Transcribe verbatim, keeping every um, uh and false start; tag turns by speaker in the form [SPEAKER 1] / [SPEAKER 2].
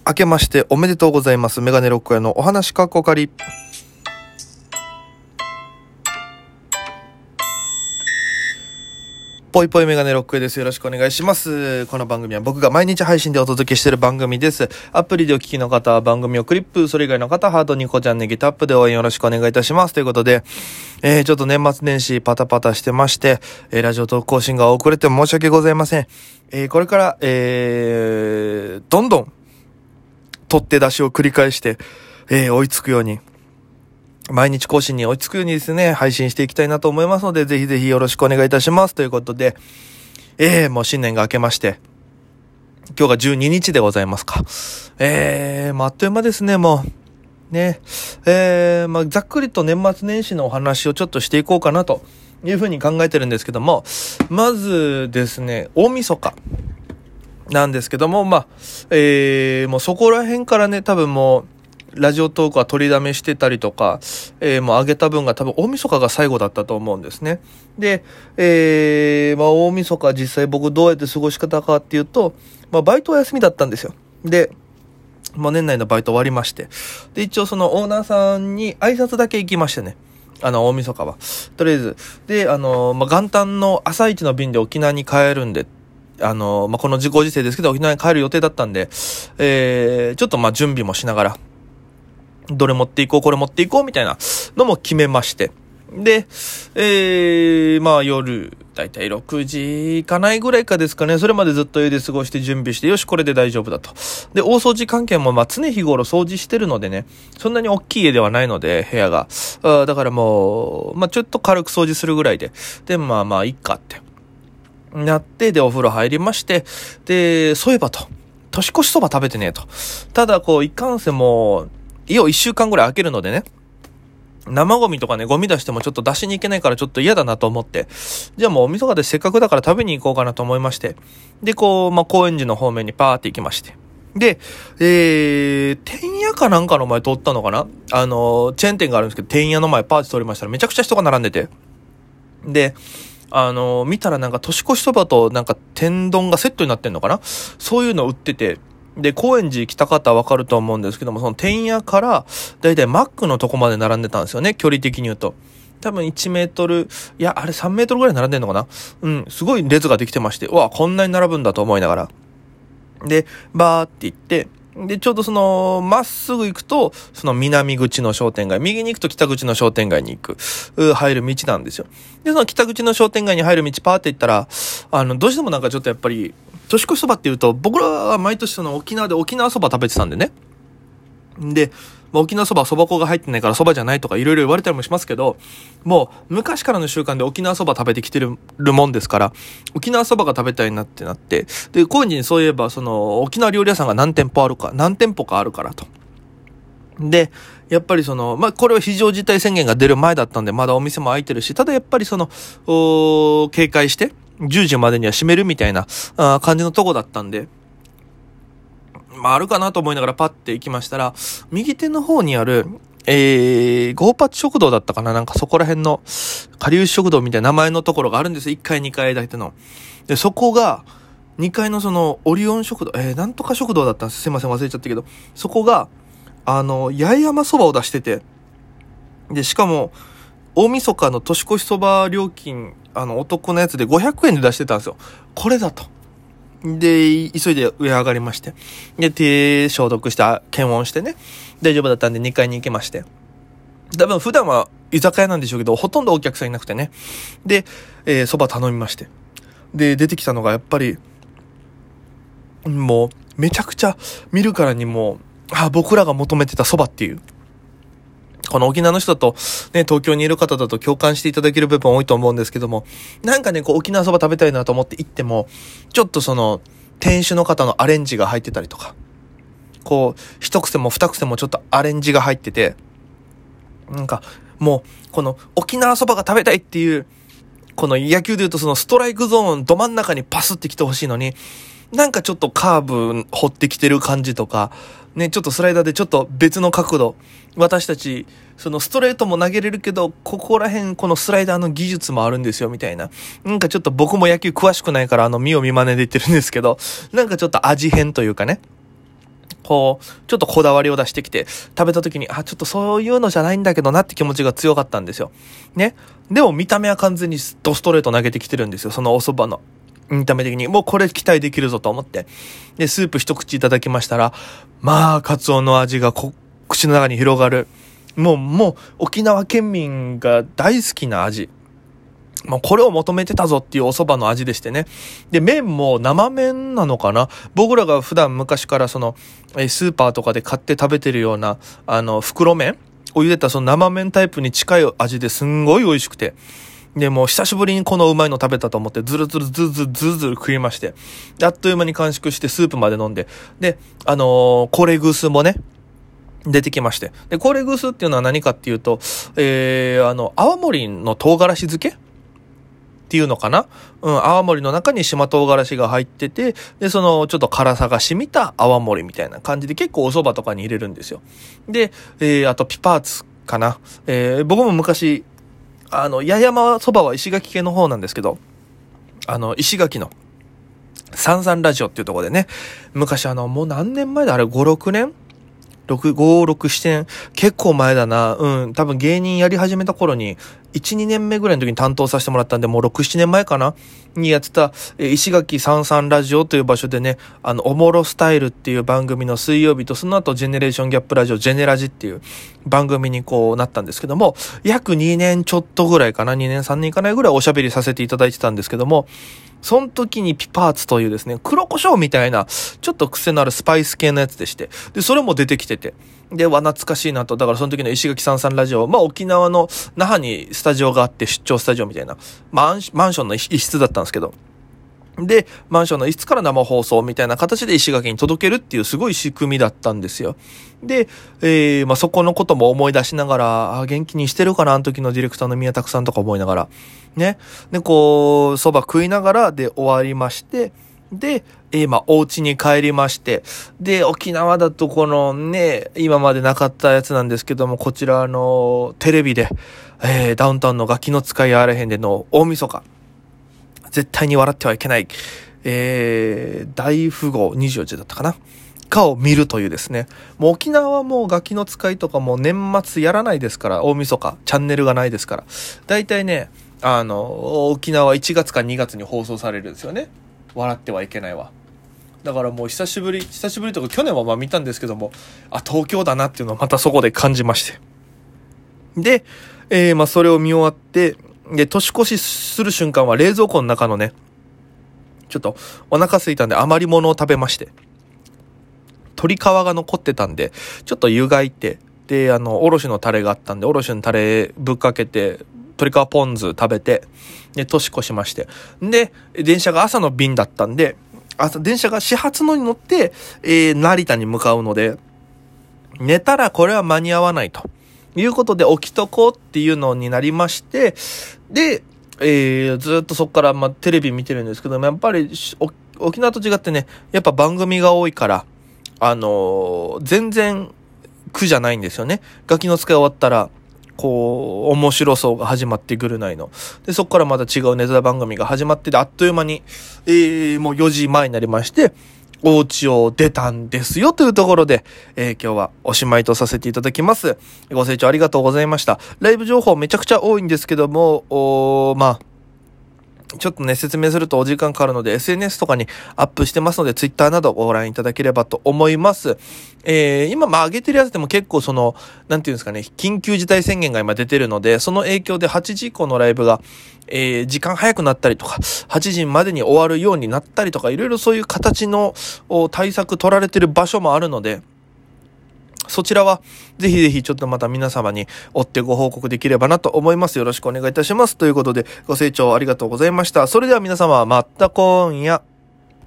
[SPEAKER 1] 明けましておめでとうございます。メガネロック屋のお話かっこかり。ぽいぽいメガネロック屋です。よろしくお願いします。この番組は僕が毎日配信でお届けしている番組です。アプリでお聞きの方は番組をクリップ、それ以外の方はハートニコちゃんネギタップで応援よろしくお願いいたします。ということで、えー、ちょっと年末年始パタパタしてまして、えー、ラジオトーク更新が遅れて申し訳ございません。えー、これから、えー、どんどん取って出しを繰り返して、えー、追いつくように、毎日更新に追いつくようにですね、配信していきたいなと思いますので、ぜひぜひよろしくお願いいたします。ということで、えー、もう新年が明けまして、今日がじゅうににちでございますか。えー、まあ、あっという間ですね、もう。ね。えー、まあ、ざっくりと年末年始のお話をちょっとしていこうかなというふうに考えてるんですけども、まずですね、大晦日なんですけども、まあ、えー、もうそこら辺からね、多分もう、ラジオトークは取りだめしてたりとか、えー、もう上げた分が多分大晦日が最後だったと思うんですね。で、えー、まあ大晦日実際僕どうやって過ごし方かっていうと、まあバイトは休みだったんですよ。で、もう年内のバイト終わりまして。で、一応そのオーナーさんに挨拶だけ行きましてね。あの、大晦日は。とりあえず。で、あの、まあ元旦の朝一の便で沖縄に帰るんで、あの、まあこのご時世ですけど沖縄に帰る予定だったんで、えー、ちょっとまあ準備もしながら、どれ持っていこう、これ持っていこうみたいなのも決めまして。で、えー、まあ夜、だいたいろくじいかないぐらいかですかね。それまでずっと家で過ごして準備して、よし、これで大丈夫だと。で、大掃除関係もまあ常日頃掃除してるのでね、そんなに大きい家ではないので、部屋が。あだからもう、まあちょっと軽く掃除するぐらいで。で、まあまあいっかって。なって、で、お風呂入りまして、で、そういえばと。年越しそば食べてねえと。ただ、こう、いかんせもう、家をいっしゅうかんぐらい空けるのでね、生ゴミとかね、ゴミ出してもちょっと出しに行けないからちょっと嫌だなと思って、じゃあもうお晦日でせっかくだから食べに行こうかなと思いまして、で、こう、まあ、高円寺の方面にパーって行きまして、で、えー、天屋かなんかの前通ったのかなあの、チェーン店があるんですけど、天屋の前パーって通りましたらめちゃくちゃ人が並んでて、で、あの、見たらなんか年越しそばとなんか天丼がセットになってんのかなそういうの売ってて、で、高円寺来た方はわかると思うんですけども、その天屋から、だいたいマックのとこまで並んでたんですよね、距離的に言うと。多分いちメートル、いや、あれさんメートルぐらい並んでんのかなうん、すごい列ができてまして、うわ、こんなに並ぶんだと思いながら。で、バーって行って、で、ちょうどその、まっすぐ行くと、その南口の商店街、右に行くと北口の商店街に行く、入る道なんですよ。で、その北口の商店街に入る道パーって行ったら、あの、どうしてもなんかちょっとやっぱり、年越しそばって言うと、僕らは毎年その沖縄で沖縄そば食べてたんでね。で、まあ、沖縄そばはそば粉が入ってないからそばじゃないとかいろいろ言われたりもしますけど、もう昔からの習慣で沖縄そば食べてきてるもんですから、沖縄そばが食べたいなってなって、で、高円寺にそういえばその沖縄料理屋さんが何店舗あるか、何店舗かあるからと。で、やっぱりその、まあ、これは非常事態宣言が出る前だったんで、まだお店も開いてるし、ただやっぱりその、お警戒して、じゅうじまでには閉めるみたいなあ感じのとこだったんで、まああるかなと思いながらパッて行きましたら、右手の方にある、えー、ゴーパチ食堂だったかななんかそこら辺の、かりゆし食堂みたいな名前のところがあるんですよ。いっかいにかいだけの。で、そこが、にかいのその、オリオン食堂、えー、なんとか食堂だったんです。すいません、忘れちゃったけど、そこが、あの、八重山そばを出してて、で、しかも、大晦日の年越しそば料金、あの、お得なやつでごひゃくえんで出してたんですよ。これだと。で、急いで上上がりまして。で、手消毒して、検温してね。大丈夫だったんでにかいに行きまして。多分普段は居酒屋なんでしょうけど、ほとんどお客さんいなくてね。で、えー、蕎麦頼みまして。で、出てきたのがやっぱり、もう、めちゃくちゃ見るからにもう、あ、僕らが求めてた蕎麦っていう。この沖縄の人とね、東京にいる方だと共感していただける部分多いと思うんですけども、なんかね、こう沖縄そば食べたいなと思って行っても、ちょっとその、店主の方のアレンジが入ってたりとか、こう、一癖も二癖もちょっとアレンジが入ってて、なんか、もう、この沖縄そばが食べたいっていう、この野球で言うとそのストライクゾーンど真ん中にパスってきてほしいのに、なんかちょっとカーブ掘ってきてる感じとか、ね、ちょっとスライダーでちょっと別の角度、私たち、そのストレートも投げれるけど、ここら辺このスライダーの技術もあるんですよ、みたいな。なんかちょっと僕も野球詳しくないから、あの、見よ見真似で言ってるんですけど、なんかちょっと味変というかね、 こう、ちょっとこだわりを出してきて、食べた時に、あ、ちょっとそういうのじゃないんだけどなって気持ちが強かったんですよ。ね。でも見た目は完全にドストレート投げてきてるんですよ。そのお蕎麦の見た目的に。もうこれ期待できるぞと思って。で、スープ一口いただきましたら、まあ、カツオの味がこ口の中に広がる。もう、もう、沖縄県民が大好きな味。もうこれを求めてたぞっていうお蕎麦の味でしてね。で、麺も生麺なのかな？僕らが普段昔からその、えスーパーとかで買って食べてるような、あの、袋麺を茹でたその生麺タイプに近い味ですんごい美味しくて。で、もう久しぶりにこのうまいの食べたと思って、ずるずるずるずるずるずる食いまして。で、あっという間に完食してスープまで飲んで。で、あのー、コレグスもね、出てきまして。で、コレグスっていうのは何かっていうと、えー、あの、泡盛の唐辛子漬けっていうのかな、うん、泡盛の中に島唐辛子が入ってて、で、その、ちょっと辛さが染みた泡盛みたいな感じで結構お蕎麦とかに入れるんですよ。で、えー、あとピパーツかな。えー、僕も昔、あの、八重山蕎麦は石垣系の方なんですけど、あの、石垣の、三三ラジオっていうところでね、昔あの、もう何年前だあれ、ご、ろくねんろく、ご、ろく、ななねん結構前だな。うん。多分芸人やり始めた頃に、いち、にねんめぐらいの時に担当させてもらったんで、もうろく、ななねんまえかなにやってた、え石垣三三ラジオという場所でね、あの、おもろスタイルっていう番組の水曜日と、その後ジェネレーションギャップラジオ、ジェネラジっていう番組にこうなったんですけども、約にねんちょっとぐらいかな、にねんさんねんいかないぐらいおしゃべりさせていただいてたんですけども、その時にピパーツというですね、黒胡椒みたいな、ちょっと癖のあるスパイス系のやつでして、で、それも出てきてて、で、わ、懐かしいなと、だからその時の石垣三三ラジオ、まあ沖縄の那覇にスタジオがあって出張スタジオみたいな、マン、マンションの一室だったんですけど、で、マンションの一室から生放送みたいな形で石垣に届けるっていうすごい仕組みだったんですよ。で、えー、まあ、そこのことも思い出しながら、あ、元気にしてるかな、あの時のディレクターの宮田さんとか思いながら、ね。で、こう、蕎麦食いながらで終わりまして、で、えー、まあ、お家に帰りまして、で、沖縄だとこのね、今までなかったやつなんですけども、こちらあの、テレビで、えー、ダウンタウンのガキの使いあれへんでの大晦日、絶対に笑ってはいけない、えー、大富豪にじゅうよじだったかなかを見るというですね。もう沖縄はもうガキの使いとかも年末やらないですから、大晦日、チャンネルがないですから。だいたいね、あの、沖縄いちがつかにがつに放送されるんですよね。笑ってはいけないわ。だからもう久しぶり、久しぶりとか去年はまあ見たんですけども、あ、東京だなっていうのをまたそこで感じまして。で、えー、まあそれを見終わって、で、年越しする瞬間は冷蔵庫の中のね、ちょっとお腹空いたんで余り物を食べまして、鶏皮が残ってたんで、ちょっと湯がいて、で、あの、おろしのタレがあったんで、おろしのタレぶっかけて、鶏皮ポン酢食べて、で、年越しまして。で、電車が朝の便だったんで、朝、電車が始発のに乗って、えー、成田に向かうので、寝たらこれは間に合わないと。いうことで起きとこうっていうのになりまして、で、えー、ずっとそこから、まあ、テレビ見てるんですけども、やっぱり沖縄と違ってね、やっぱ番組が多いから、あのー、全然苦じゃないんですよね。ガキの使い終わったら、こう、面白そうが始まってくるないの。で、そこからまた違うネタ番組が始まってて、あっという間に、えー、もうよじまえになりまして、お家を出たんですよというところで、えー、今日はおしまいとさせていただきます。ご清聴ありがとうございました。ライブ情報めちゃくちゃ多いんですけども、おまあ、ちょっとね、説明するとお時間かかるので エスエヌエス とかにアップしてますので Twitter などご覧いただければと思います。えー、今まあ上げてるやつでも結構その、なんていうんですかね、緊急事態宣言が今出てるので、その影響ではちじ以降のライブが、えー、時間早くなったりとか、はちじまでに終わるようになったりとか、いろいろそういう形の対策取られてる場所もあるので、そちらはぜひぜひちょっとまた皆様に追ってご報告できればなと思います。よろしくお願いいたします。ということでご清聴ありがとうございました。それでは皆様また今夜。